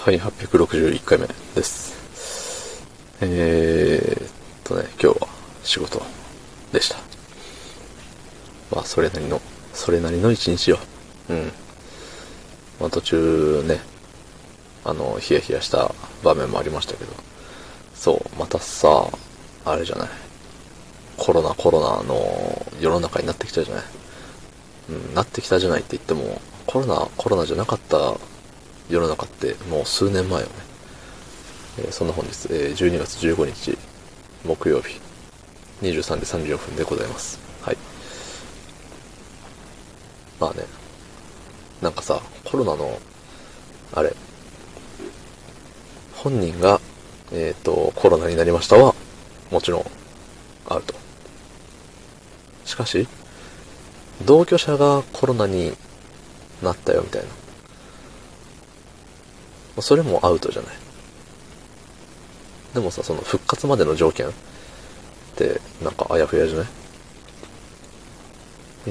はい、861回目です。今日は仕事でした。まあ、それなりの一日よ。うん。まあ、途中ね、ヒヤヒヤした場面もありましたけど、そう、またさ、あれじゃない。コロナの世の中になってきたじゃない。なってきたじゃないって言っても、コロナじゃなかった世の中ってもう数年前よね。そんな本日、12月15日木曜日23時34分でございます。はい。まあね、なんかさ、コロナのあれ、本人がコロナになりましたはもちろんあると。しかし同居者がコロナになったよみたいな、それもアウトじゃない。でもさ、その復活までの条件ってなんかあやふやじゃない？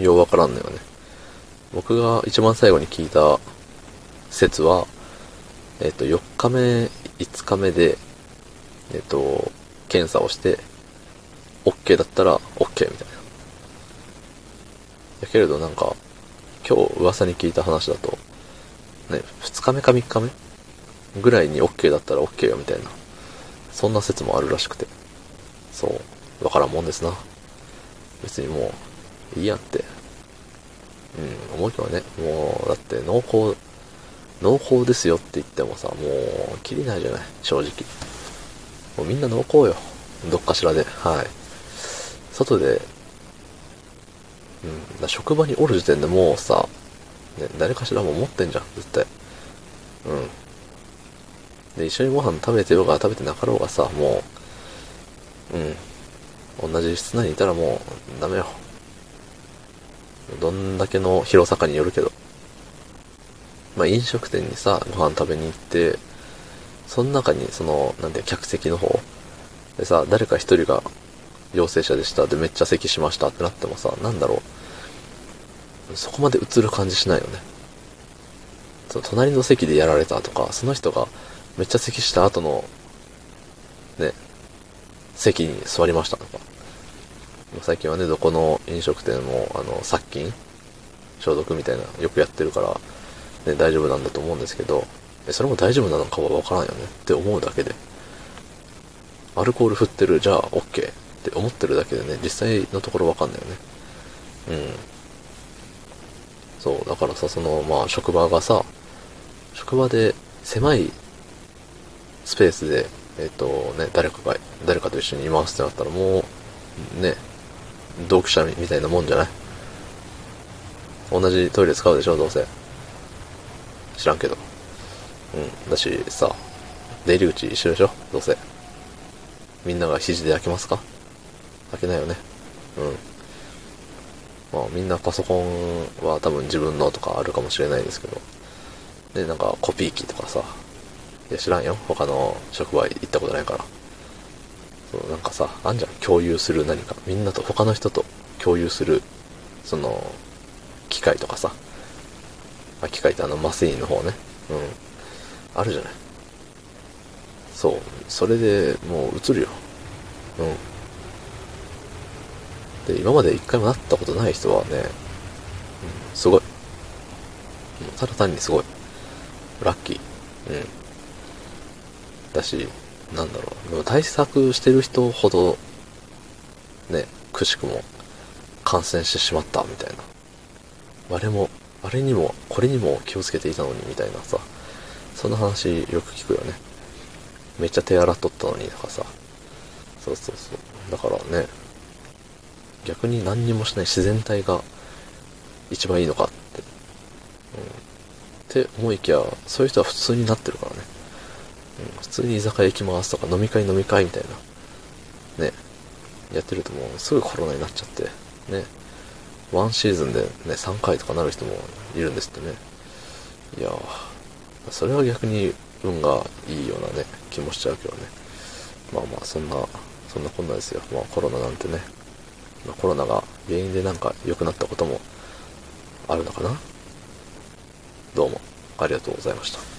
ようわからんのよね。僕が一番最後に聞いた説は、4日目、5日目で、検査をして、OK だったら OK みたいな。だけれどなんか、今日噂に聞いた話だと、ね、2日目か3日目ぐらいに OK だったら OK よみたいな。そんな説もあるらしくて。そう。わからんもんですな。別にもう、いいやって。思うけどね。もう、だって濃厚ですよって言ってもさ、もう、きりないじゃない、正直。もうみんな濃厚よ。どっかしらで。はい。外で、職場におる時点でもうさ、ね、誰かしらも持ってんじゃん、絶対。で、一緒にご飯食べてようが食べてなかろうがさ、もう、同じ室内にいたらもう、ダメよ。どんだけの広さかによるけど。まあ、飲食店にさ、ご飯食べに行って、その中に、なんで、客席の方でさ、誰か一人が陽性者でしたでめっちゃ咳しましたってなってもさ、なんだろう、そこまで映る感じしないよね。その隣の席でやられたとか、その人がめっちゃ咳した後のね、席に座りましたとか。最近はね、どこの飲食店も殺菌消毒みたいなよくやってるから、ね、大丈夫なんだと思うんですけど、それも大丈夫なのかはわからんよねって思うだけで、アルコール振ってる、じゃあ OK って思ってるだけでね、実際のところわかんないよね。そう、だからさ、まあ、職場で狭いスペースで、誰かと一緒にいますってなったらもう、ね、同居者みたいなもんじゃない？同じトイレ使うでしょ、どうせ。知らんけど。だしさ、出入り口一緒でしょ、どうせ。みんなが肘で開けますか？開けないよね。まあみんなパソコンは多分自分のとかあるかもしれないですけど。で、なんかコピー機とかさ。いや知らんよ。他の職場行ったことないから。そう、なんかさ、あんじゃん。共有する何か。みんなと、他の人と共有する、機械とかさ。機械って麻酔の方ね。あるじゃない。そう。それでもう映るよ。で、今まで一回もなったことない人はね、すごい。ただ単にすごい。ラッキー。だし、なんだろう。でも対策してる人ほど、ね、くしくも感染してしまったみたいな。あれにも、これにも気をつけていたのにみたいなさ。そんな話よく聞くよね。めっちゃ手洗っとったのにとかさ。そうそうそう。だからね、逆に何にもしない自然体が一番いいのかって。って思いきや、そういう人は普通になってるからね。普通に居酒屋行きますとか飲み会みたいな。ね。やってるともうすぐコロナになっちゃって。ね。ワンシーズンでね、3回とかなる人もいるんですってね。いやー、それは逆に運がいいようなね、気もしちゃうけどね。まあまあ、そんなこんなですよ。まあコロナなんてね。まあ、コロナが原因でなんか良くなったこともあるのかな。どうもありがとうございました。